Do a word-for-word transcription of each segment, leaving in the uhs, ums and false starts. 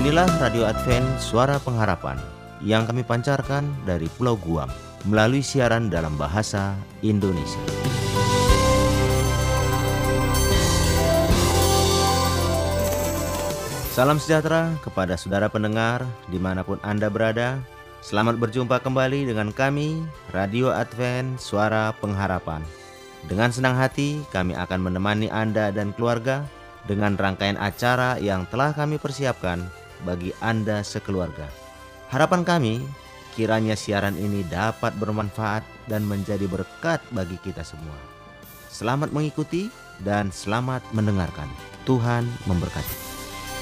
Inilah Radio Advent Suara Pengharapan yang kami pancarkan dari Pulau Guam melalui siaran dalam bahasa Indonesia. Salam sejahtera kepada saudara pendengar dimanapun Anda berada. Selamat berjumpa kembali dengan kami, Radio Advent Suara Pengharapan. Dengan senang hati kami akan menemani Anda dan keluarga dengan rangkaian acara yang telah kami persiapkan bagi Anda sekeluarga. Harapan kami, kiranya siaran ini dapat bermanfaat dan menjadi berkat bagi kita semua. Selamat mengikuti dan selamat mendengarkan. Tuhan memberkati.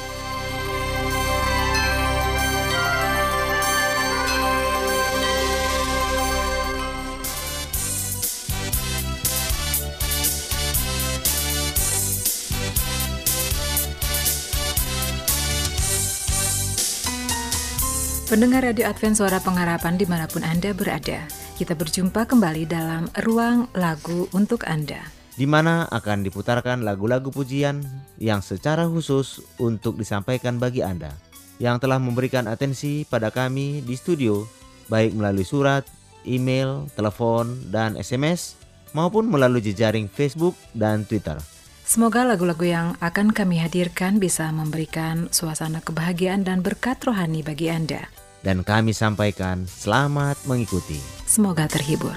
Pendengar Radio Advent Suara Pengharapan dimanapun Anda berada, kita berjumpa kembali dalam Ruang Lagu untuk Anda, di mana akan diputarkan lagu-lagu pujian yang secara khusus untuk disampaikan bagi Anda yang telah memberikan atensi pada kami di studio, baik melalui surat, email, telepon, dan S M S, maupun melalui jejaring Facebook dan Twitter. Semoga lagu-lagu yang akan kami hadirkan bisa memberikan suasana kebahagiaan dan berkat rohani bagi Anda. Dan kami sampaikan selamat mengikuti. Semoga terhibur.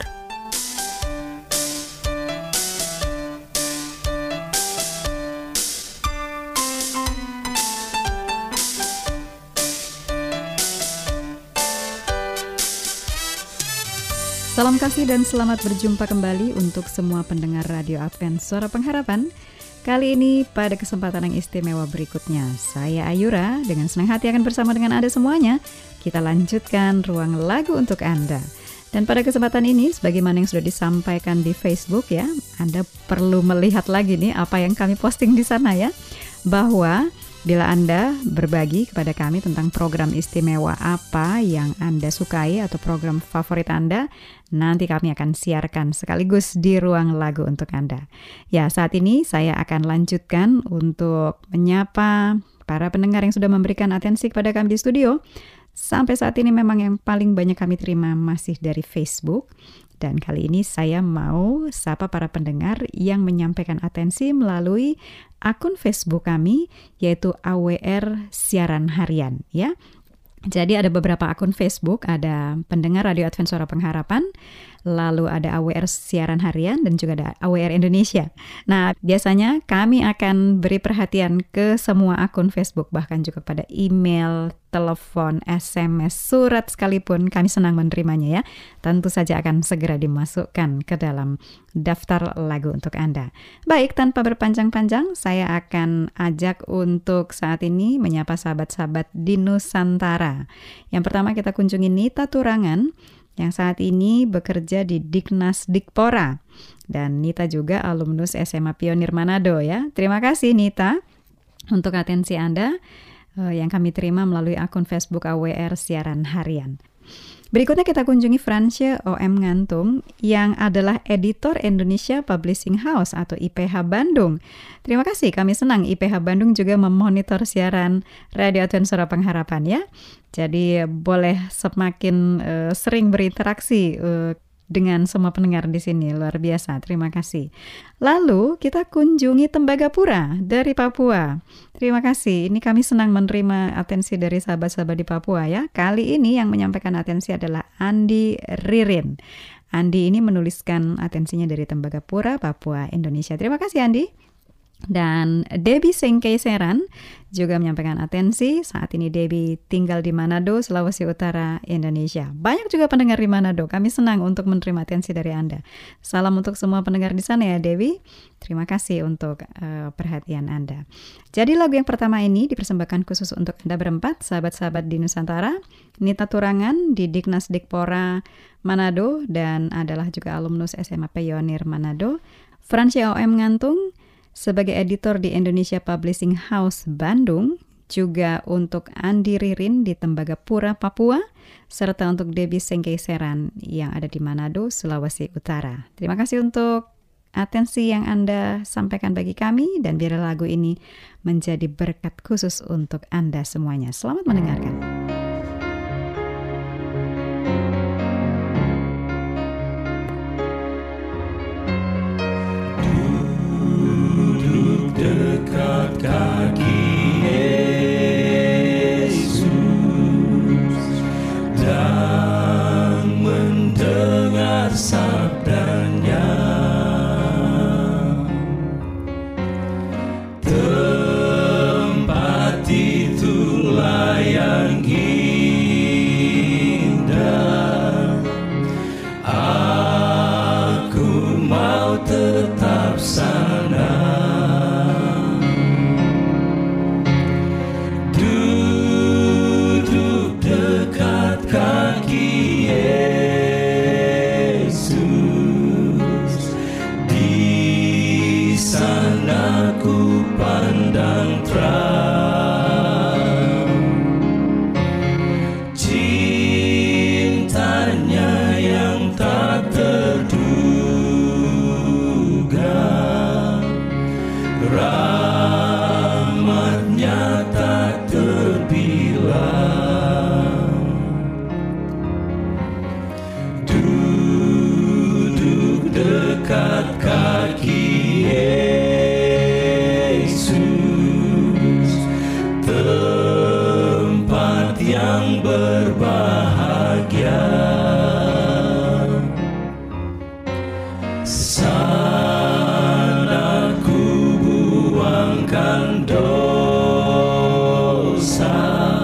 Salam kasih dan selamat berjumpa kembali untuk semua pendengar Radio Advent Suara Pengharapan. Kali ini pada kesempatan yang istimewa berikutnya, saya Ayura dengan senang hati akan bersama dengan Anda semuanya. Kita lanjutkan ruang lagu untuk Anda. Dan pada kesempatan ini, sebagaimana yang sudah disampaikan di Facebook ya, Anda perlu melihat lagi nih apa yang kami posting di sana ya, bahwa bila Anda berbagi kepada kami tentang program istimewa apa yang Anda sukai atau program favorit Anda, nanti kami akan siarkan sekaligus di ruang lagu untuk Anda. Ya, saat ini saya akan lanjutkan untuk menyapa para pendengar yang sudah memberikan atensi kepada kami di studio. Sampai saat ini memang yang paling banyak kami terima masih dari Facebook. Dan kali ini saya mau sapa para pendengar yang menyampaikan atensi melalui akun Facebook kami, yaitu A W R Siaran Harian ya. Jadi ada beberapa akun Facebook, ada pendengar Radio Advent Suara Pengharapan, lalu ada A W R Siaran Harian, dan juga ada A W R Indonesia. Nah, biasanya kami akan beri perhatian ke semua akun Facebook, bahkan juga pada email, telepon, S M S, surat sekalipun kami senang menerimanya ya. Tentu saja akan segera dimasukkan ke dalam daftar lagu untuk Anda. Baik, tanpa berpanjang-panjang, saya akan ajak untuk saat ini menyapa sahabat-sahabat di Nusantara. Yang pertama kita kunjungi Nita Turangan yang saat ini bekerja di Diknas Dikpora. Dan Nita juga alumnus S M A Pionir Manado ya. Terima kasih Nita untuk atensi Anda yang kami terima melalui akun Facebook A W R Siaran Harian. Berikutnya kita kunjungi Fransche O M Ngantung yang adalah editor Indonesia Publishing House atau I P H Bandung. Terima kasih, kami senang I P H Bandung juga memonitor siaran Radio Advent Suara Pengharapan ya. Jadi boleh semakin uh, sering berinteraksi uh, dengan semua pendengar di sini, luar biasa, terima kasih. Lalu kita kunjungi Tembagapura dari Papua. Terima kasih, ini kami senang menerima atensi dari sahabat-sahabat di Papua ya. Kali ini yang menyampaikan atensi adalah Andi Ririn. Andi ini menuliskan atensinya dari Tembagapura, Papua, Indonesia. Terima kasih Andi. Dan Debbie Sengkeiseran juga menyampaikan atensi. Saat ini Debbie tinggal di Manado, Sulawesi Utara, Indonesia. Banyak juga pendengar di Manado. Kami senang untuk menerima atensi dari Anda. Salam untuk semua pendengar di sana ya Debbie. Terima kasih untuk uh, perhatian Anda. Jadi lagu yang pertama ini dipersembahkan khusus untuk Anda berempat, sahabat-sahabat di Nusantara. Nita Turangan di Diknas Dikpora Manado dan adalah juga alumnus S M A Pionir Manado. Fransche O M Ngantung sebagai editor di Indonesia Publishing House Bandung, juga untuk Andi Ririn di Tembagapura, Papua, serta untuk Debbie Sengkeiseran yang ada di Manado, Sulawesi Utara. Terima kasih untuk atensi yang Anda sampaikan bagi kami, dan biar lagu ini menjadi berkat khusus untuk Anda semuanya. Selamat mendengarkan. Duduk dekat kaki dan mendengar sabdanya, tempat itulah yang indah. Aku mau tetap sana, duduk dekat kaki Yesus. Di sana ku pandang terang cintanya yang tak terduga, rahmatnya tak terbilang. Duduk dekat kaki Yesus, tempat yang berbahagia. Sana ku buangkan dosa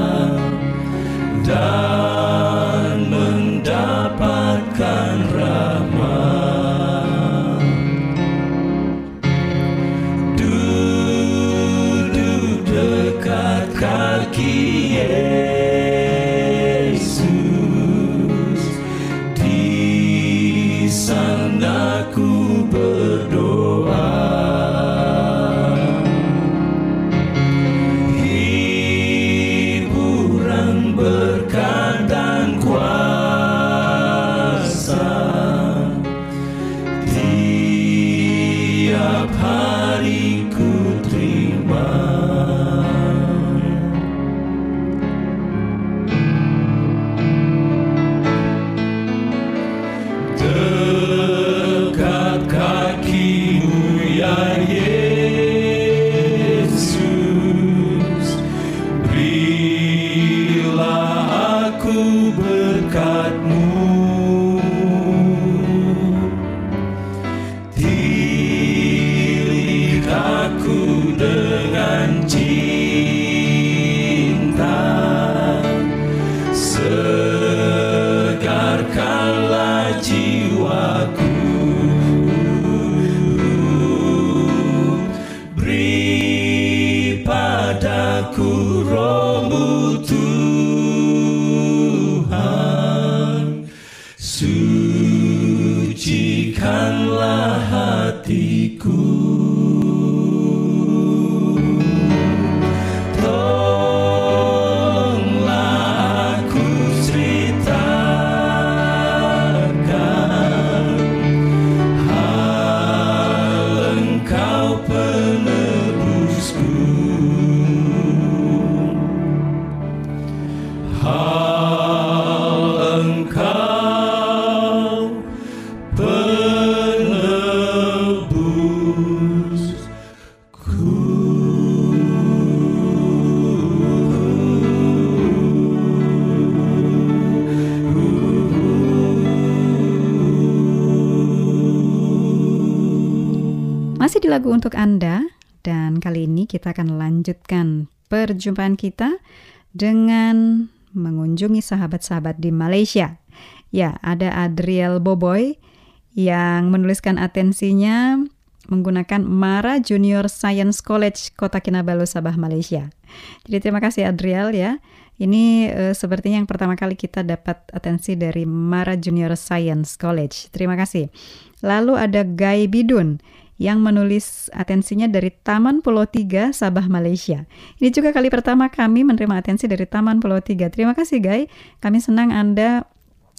dan mendapatkan rahmat. Duduk dekat kaki Yesus, di sana ku berdoa. Hiburan, berkat dan kuasa tiap hari ku terima. Dekat kakimu ya Yesus, berilah aku berkat-Mu. Tilik aku dengan cinta, segarkanlah jiwaku. Beri padaku Roh-Mu Tuhan, sucikanlah hatiku. Tolonglah aku ceritakan hal Engkau penebusku, hal Engkau penebusku. Masih di lagu untuk Anda, dan kali ini kita akan lanjutkan perjumpaan kita dengan mengunjungi sahabat-sahabat di Malaysia. Ya, ada Adriel Boboy yang menuliskan atensinya menggunakan Mara Junior Science College Kota Kinabalu, Sabah, Malaysia. Jadi terima kasih Adriel ya. Ini uh, sepertinya yang pertama kali kita dapat atensi dari Mara Junior Science College. Terima kasih. Lalu ada Guy Bidun yang menulis atensinya dari Taman Pulau Tiga, Sabah, Malaysia. Ini juga kali pertama kami menerima atensi dari Taman Pulau Tiga. Terima kasih Guy, kami senang Anda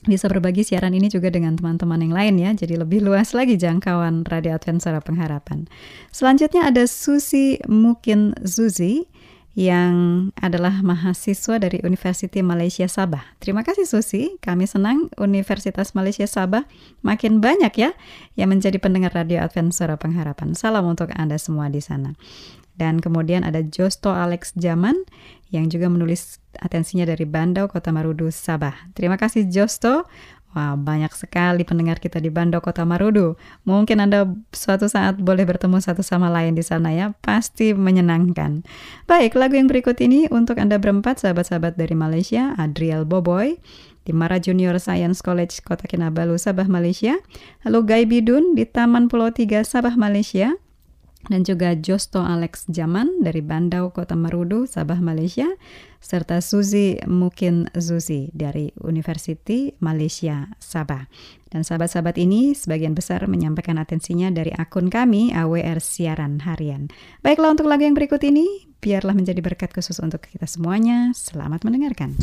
bisa berbagi siaran ini juga dengan teman-teman yang lain ya. Jadi lebih luas lagi jangkauan Radio Advent Suara Pengharapan. Selanjutnya ada Susi Mukin Zuzi yang adalah mahasiswa dari University Malaysia Sabah. Terima kasih Susi, kami senang Universitas Malaysia Sabah makin banyak ya yang menjadi pendengar Radio Advent Suara Pengharapan. Salam untuk Anda semua di sana. Dan kemudian ada Josto Alex Jaman yang juga menulis atensinya dari Bandau, Kota Marudu, Sabah. Terima kasih Josto. Wah, banyak sekali pendengar kita di Bandau, Kota Marudu. Mungkin Anda suatu saat boleh bertemu satu sama lain di sana ya. Pasti menyenangkan. Baik, lagu yang berikut ini untuk Anda berempat, sahabat-sahabat dari Malaysia. Adriel Boboy di Mara Junior Science College, Kota Kinabalu, Sabah, Malaysia. Lalu Gai Bidun di Taman Pulau Tiga, Sabah, Malaysia. Dan juga Josto Alex Jaman dari Bandau, Kota Marudu, Sabah, Malaysia, serta Suzy Mukin Zuzi dari University Malaysia Sabah. Dan sahabat-sahabat ini sebagian besar menyampaikan atensinya dari akun kami A W R Siaran Harian. Baiklah, untuk lagu yang berikut ini biarlah menjadi berkat khusus untuk kita semuanya. Selamat mendengarkan.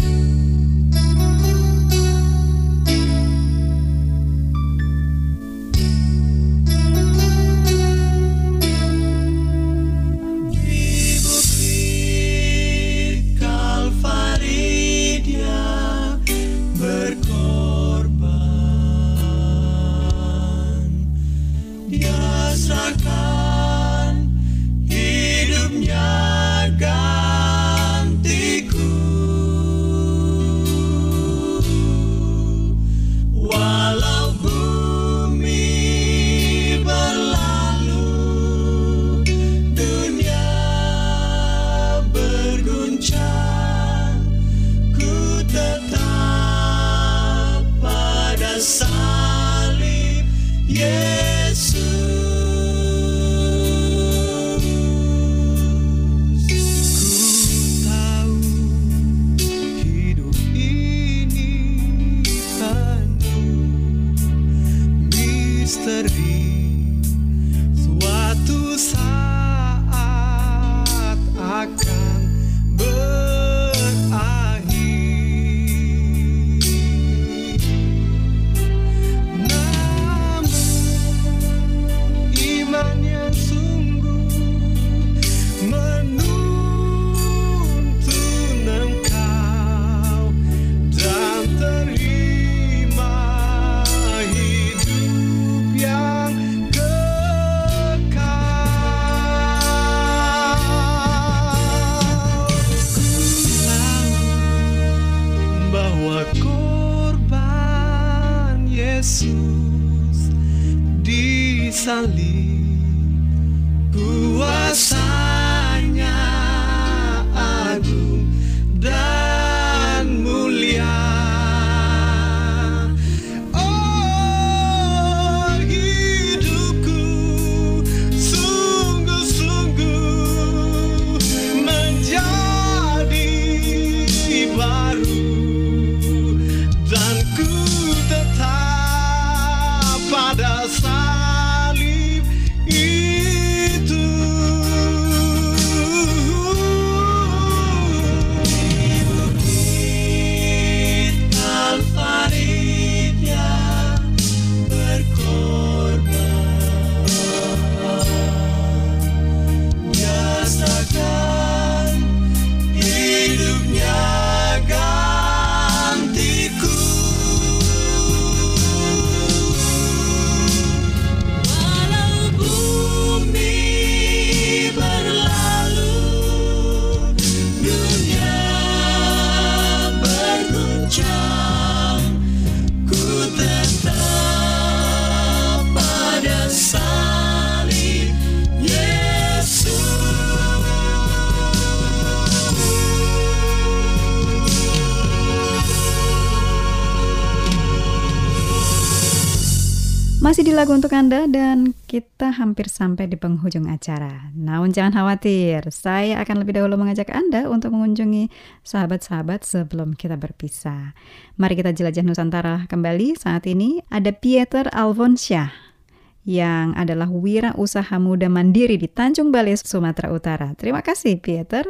Masih di lagu untuk Anda dan kita hampir sampai di penghujung acara. Namun jangan khawatir, saya akan lebih dahulu mengajak Anda untuk mengunjungi sahabat-sahabat sebelum kita berpisah. Mari kita jelajah Nusantara kembali. Saat ini ada Pieter Alfonsyah yang adalah wira usaha muda mandiri di Tanjung Balai, Sumatera Utara. Terima kasih Pieter,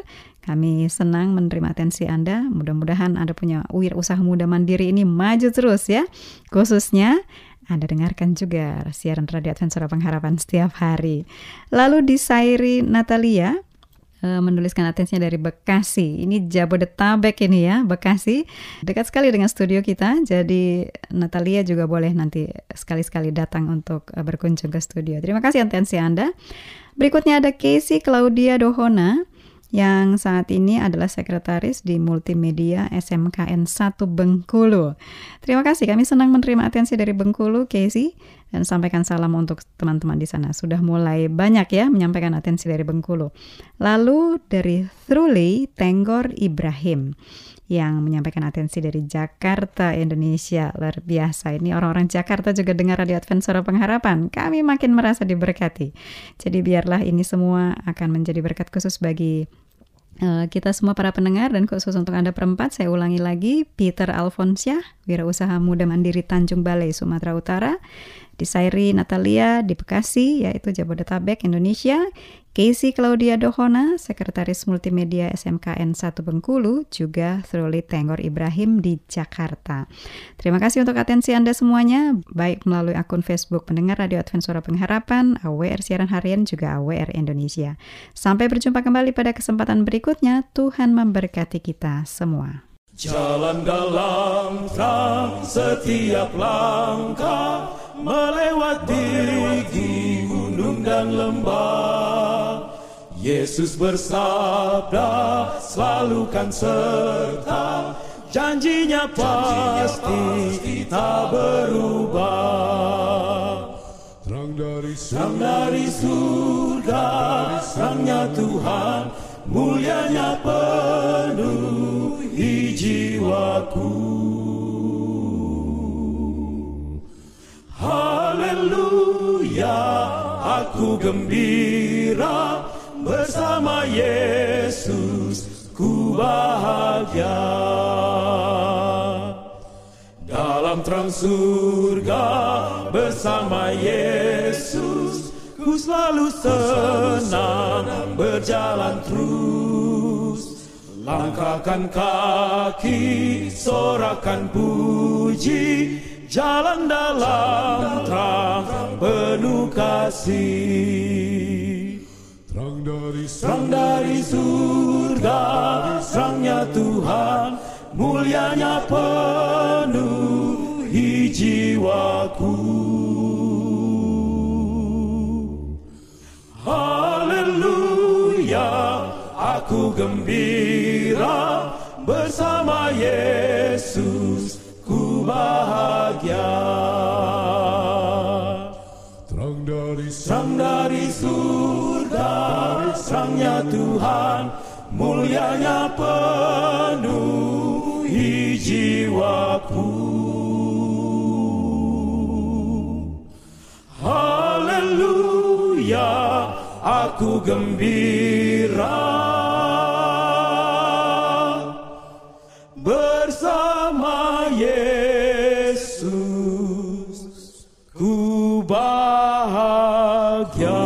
Kami senang menerima atensi Anda. Mudah-mudahan Anda punya wirausaha muda mandiri ini maju terus ya. Khususnya Anda dengarkan juga siaran Radio Advent Suara Pengharapan setiap hari. Lalu di Sairi Natalia menuliskan atensinya dari Bekasi. Ini Jabodetabek ini ya, Bekasi. Dekat sekali dengan studio kita. Jadi Natalia juga boleh nanti sekali-sekali datang untuk berkunjung ke studio. Terima kasih atensi Anda. Berikutnya ada Casey Claudia Dohona yang saat ini adalah sekretaris di Multimedia S M K N satu Bengkulu. Terima kasih, kami senang menerima atensi dari Bengkulu, Casey, dan sampaikan salam untuk teman-teman di sana. Sudah mulai banyak ya menyampaikan atensi dari Bengkulu. Lalu dari Thruli Tenggor Ibrahim yang menyampaikan atensi dari Jakarta, Indonesia. Luar biasa, ini orang-orang Jakarta juga dengar Radio Advent Suara Pengharapan. Kami makin merasa diberkati. Jadi biarlah ini semua akan menjadi berkat khusus bagi uh, kita semua para pendengar, dan khusus untuk Anda perempat. Saya ulangi lagi, Peter Alfonsyah, wirausaha muda mandiri Tanjung Balai, Sumatera Utara. Di Sairi Natalia di Bekasi, yaitu Jabodetabek, Indonesia. Casey Claudia Dohona, sekretaris Multimedia S M K N satu Bengkulu, juga Thruli Tenggor Ibrahim di Jakarta. Terima kasih untuk atensi Anda semuanya, baik melalui akun Facebook Pendengar Radio Advent Suara Pengharapan, A W R Siaran Harian, juga A W R Indonesia. Sampai berjumpa kembali pada kesempatan berikutnya. Tuhan memberkati kita semua. Jalan dalam terang setiap langkah, melewati gunung dan lembah. Yesus bersabda, selalu kan serta, janjinya pasti tak berubah. Terang dari surga, terangnya Tuhan, mulianya penuhi jiwaku. Haleluya, aku gembira, bersama Yesus ku bahagia. Dalam terang surga bersama Yesus, ku selalu senang berjalan terus. Langkahkan kaki, sorakan puji, jalan dalam terang penuh kasih. Terang dari surga, terang dari surga, terangnya Tuhan, mulianya penuhi jiwaku. Haleluya, aku gembira, bersama Yesus ku bahagia. Terang dari terang dari surga, terangnya Tuhan, mulianya penuhi jiwaku. Haleluya, aku gembira, bersama Yesus ku bahagia.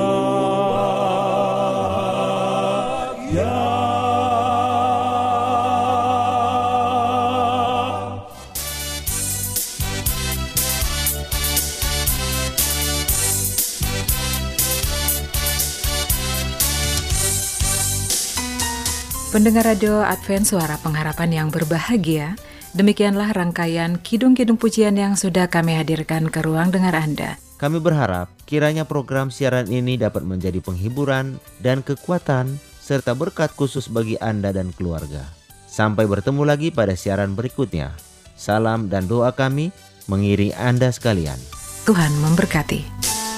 Pendengar Radio Advent Suara Pengharapan yang berbahagia, demikianlah rangkaian kidung-kidung pujian yang sudah kami hadirkan ke ruang dengar Anda. Kami berharap kiranya program siaran ini dapat menjadi penghiburan dan kekuatan serta berkat khusus bagi Anda dan keluarga. Sampai bertemu lagi pada siaran berikutnya. Salam dan doa kami mengiringi Anda sekalian. Tuhan memberkati.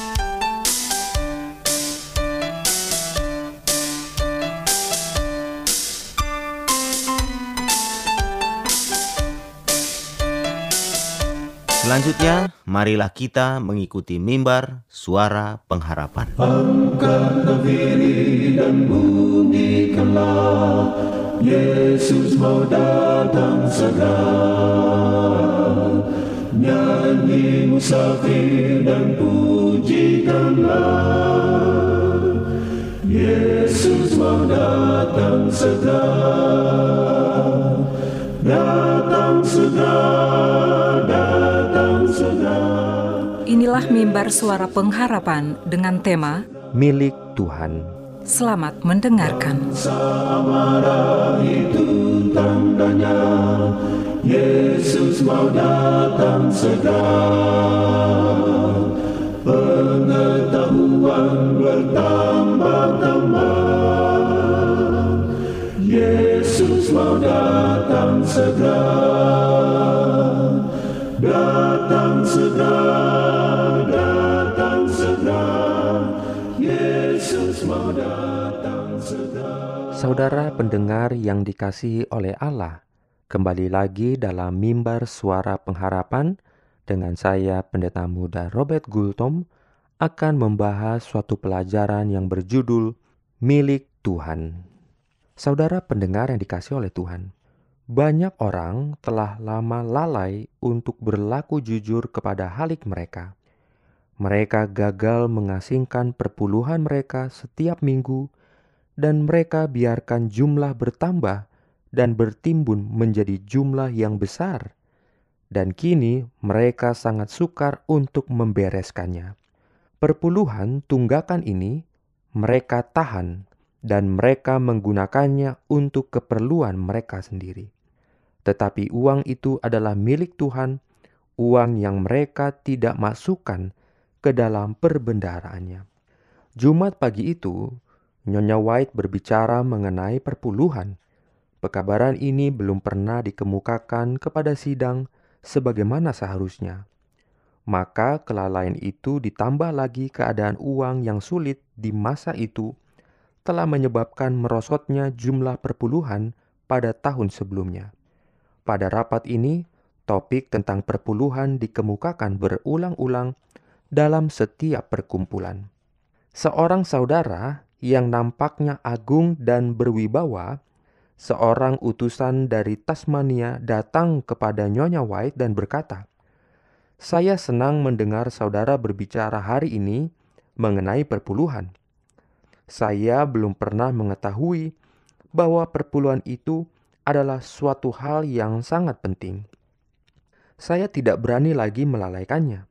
Selanjutnya, marilah kita mengikuti mimbar suara pengharapan. Angkat nafiri dan bunyikanlah, Yesus mau datang segera. Nyanyi musafir dan pujikanlah, Yesus mau mau datang segera. Datang segera, datang segera. Inilah mimbar suara pengharapan dengan tema Milik Tuhan. Selamat mendengarkan. Marah itu tandanya, Yesus mau datang segera. Pengetahuan bertambah-tambah, Yesus mau datang segera. Datang segera, datang segera, Yesus mau datang segera. Saudara pendengar yang dikasihi oleh Allah, kembali lagi dalam mimbar suara pengharapan dengan saya Pendeta Muda Robert Gultom akan membahas suatu pelajaran yang berjudul Milik Tuhan. Saudara pendengar yang dikasihi oleh Tuhan, banyak orang telah lama lalai untuk berlaku jujur kepada halik mereka. Mereka gagal mengasingkan perpuluhan mereka setiap minggu, dan mereka biarkan jumlah bertambah dan bertimbun menjadi jumlah yang besar. Dan kini mereka sangat sukar untuk membereskannya. Perpuluhan tunggakan ini mereka tahan dan mereka menggunakannya untuk keperluan mereka sendiri. Tetapi uang itu adalah milik Tuhan, uang yang mereka tidak masukkan ke dalam perbendaharaannya. Jumat pagi itu, Nyonya White berbicara mengenai perpuluhan. Pekabaran ini belum pernah dikemukakan kepada sidang sebagaimana seharusnya. Maka kelalaian itu ditambah lagi keadaan uang yang sulit di masa itu telah menyebabkan merosotnya jumlah perpuluhan pada tahun sebelumnya. Pada rapat ini, topik tentang perpuluhan dikemukakan berulang-ulang dalam setiap perkumpulan. Seorang saudara yang nampaknya agung dan berwibawa, seorang utusan dari Tasmania datang kepada Nyonya White dan berkata, "Saya senang mendengar saudara berbicara hari ini mengenai perpuluhan. Saya belum pernah mengetahui bahwa perpuluhan itu adalah suatu hal yang sangat penting. Saya tidak berani lagi melalaikannya."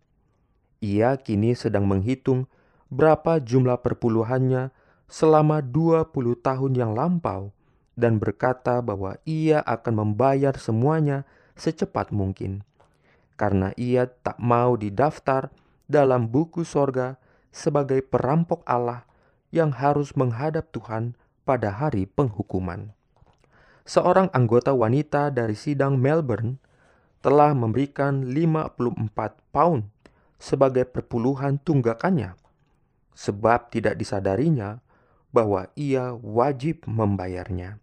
Ia kini sedang menghitung berapa jumlah perpuluhannya selama dua puluh tahun yang lampau dan berkata bahwa ia akan membayar semuanya secepat mungkin, karena ia tak mau didaftar dalam buku sorga sebagai perampok Allah yang harus menghadap Tuhan pada hari penghukuman. Seorang anggota wanita dari sidang Melbourne telah memberikan lima puluh empat pound sebagai perpuluhan tunggakannya, sebab tidak disadarinya bahwa ia wajib membayarnya.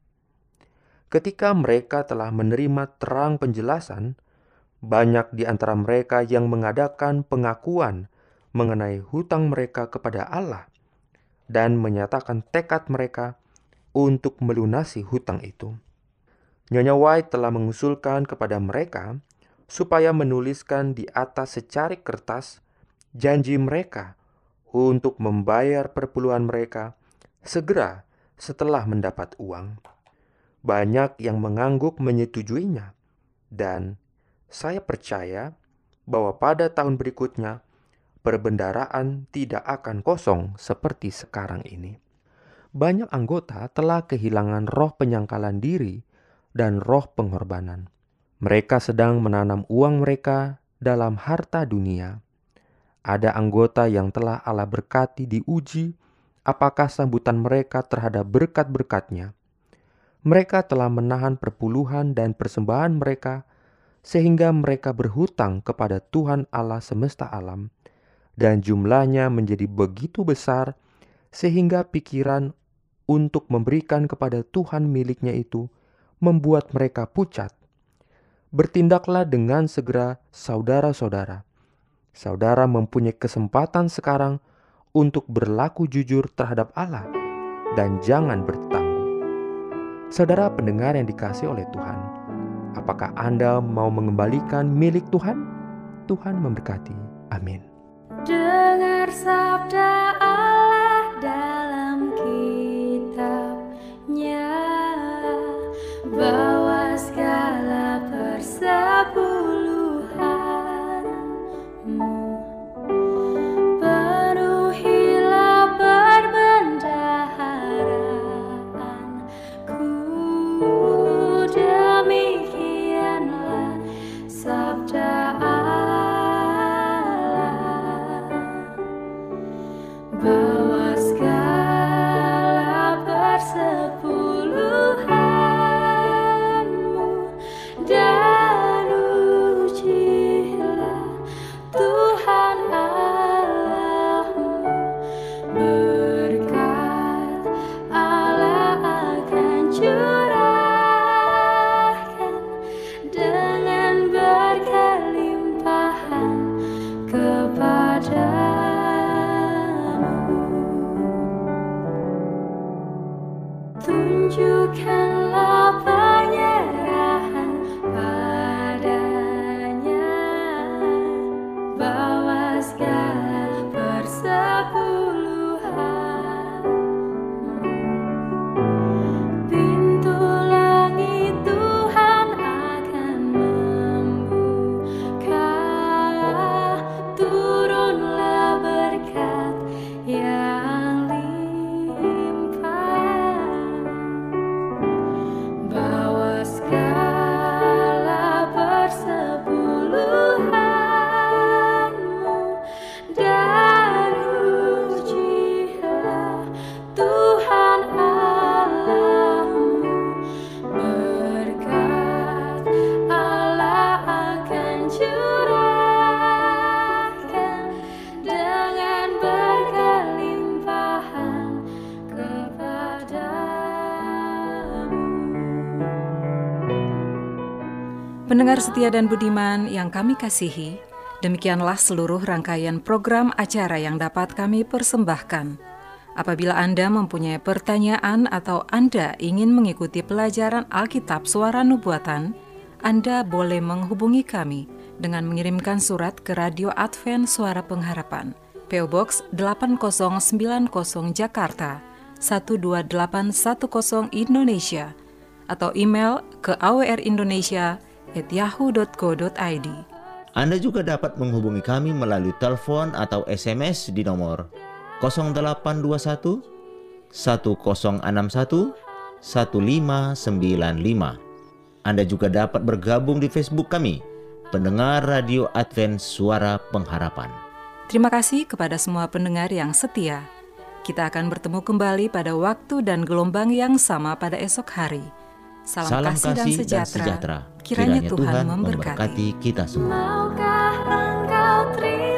Ketika mereka telah menerima terang penjelasan, banyak di antara mereka yang mengadakan pengakuan mengenai hutang mereka kepada Allah dan menyatakan tekad mereka untuk melunasi hutang itu. Nyonya White telah mengusulkan kepada mereka supaya menuliskan di atas secarik kertas janji mereka untuk membayar perpuluhan mereka segera setelah mendapat uang. Banyak yang mengangguk menyetujuinya, dan saya percaya bahwa pada tahun berikutnya perbendaharaan tidak akan kosong seperti sekarang ini. Banyak anggota telah kehilangan roh penyangkalan diri dan roh pengorbanan. Mereka sedang menanam uang mereka dalam harta dunia. Ada anggota yang telah Allah berkati diuji apakah sambutan mereka terhadap berkat-berkat-Nya. Mereka telah menahan perpuluhan dan persembahan mereka sehingga mereka berhutang kepada Tuhan Allah semesta alam, dan jumlahnya menjadi begitu besar sehingga pikiran untuk memberikan kepada Tuhan miliknya itu membuat mereka pucat. Bertindaklah dengan segera, saudara-saudara. Saudara mempunyai kesempatan sekarang untuk berlaku jujur terhadap Allah dan jangan bertanggung. Saudara pendengar yang dikasihi oleh Tuhan, apakah Anda mau mengembalikan milik Tuhan? Tuhan memberkati. Amin. Dengar sabda Allah dalam kitab bawa segala persepuluhanmu. Penuhilah perbendaharaan-Ku, demikianlah sabda Allah. Bawa segala persepuluhanmu dan ujilah Tuhan Allahmu. Berkat Allah akan curahkan dengan berkelimpahan kepadamu. Tunjukkanlah penyerahan padanya, bawa segala persepuluhanmu. Pintu langit Tuhan akan membuka, turunlah berkat yang limpah. Bawa segala persepuluhanmu dan ujilah Tuhan Allahmu. Berkat Allah akan curahkan dengan berkelimpahan kepadamu. Pendengar setia dan budiman yang kami kasihi, demikianlah seluruh rangkaian program acara yang dapat kami persembahkan. Apabila Anda mempunyai pertanyaan atau Anda ingin mengikuti pelajaran Alkitab Suara Nubuatan, Anda boleh menghubungi kami dengan mengirimkan surat ke Radio Advent Suara Pengharapan, P O Box delapan nol sembilan nol Jakarta satu dua delapan satu nol Indonesia, atau email ke a w r indonesia at yahoo dot co dot i d. Anda juga dapat menghubungi kami melalui telepon atau S M S di nomor nol delapan dua satu satu nol enam satu satu lima sembilan lima. Anda juga dapat bergabung di Facebook kami, Pendengar Radio Advent Suara Pengharapan. Terima kasih kepada semua pendengar yang setia. Kita akan bertemu kembali pada waktu dan gelombang yang sama pada esok hari. Salam, Salam kasih, dan, kasih sejahtera. dan sejahtera. Kiranya Tuhan memberkati. kita semua. Maukah engkau terima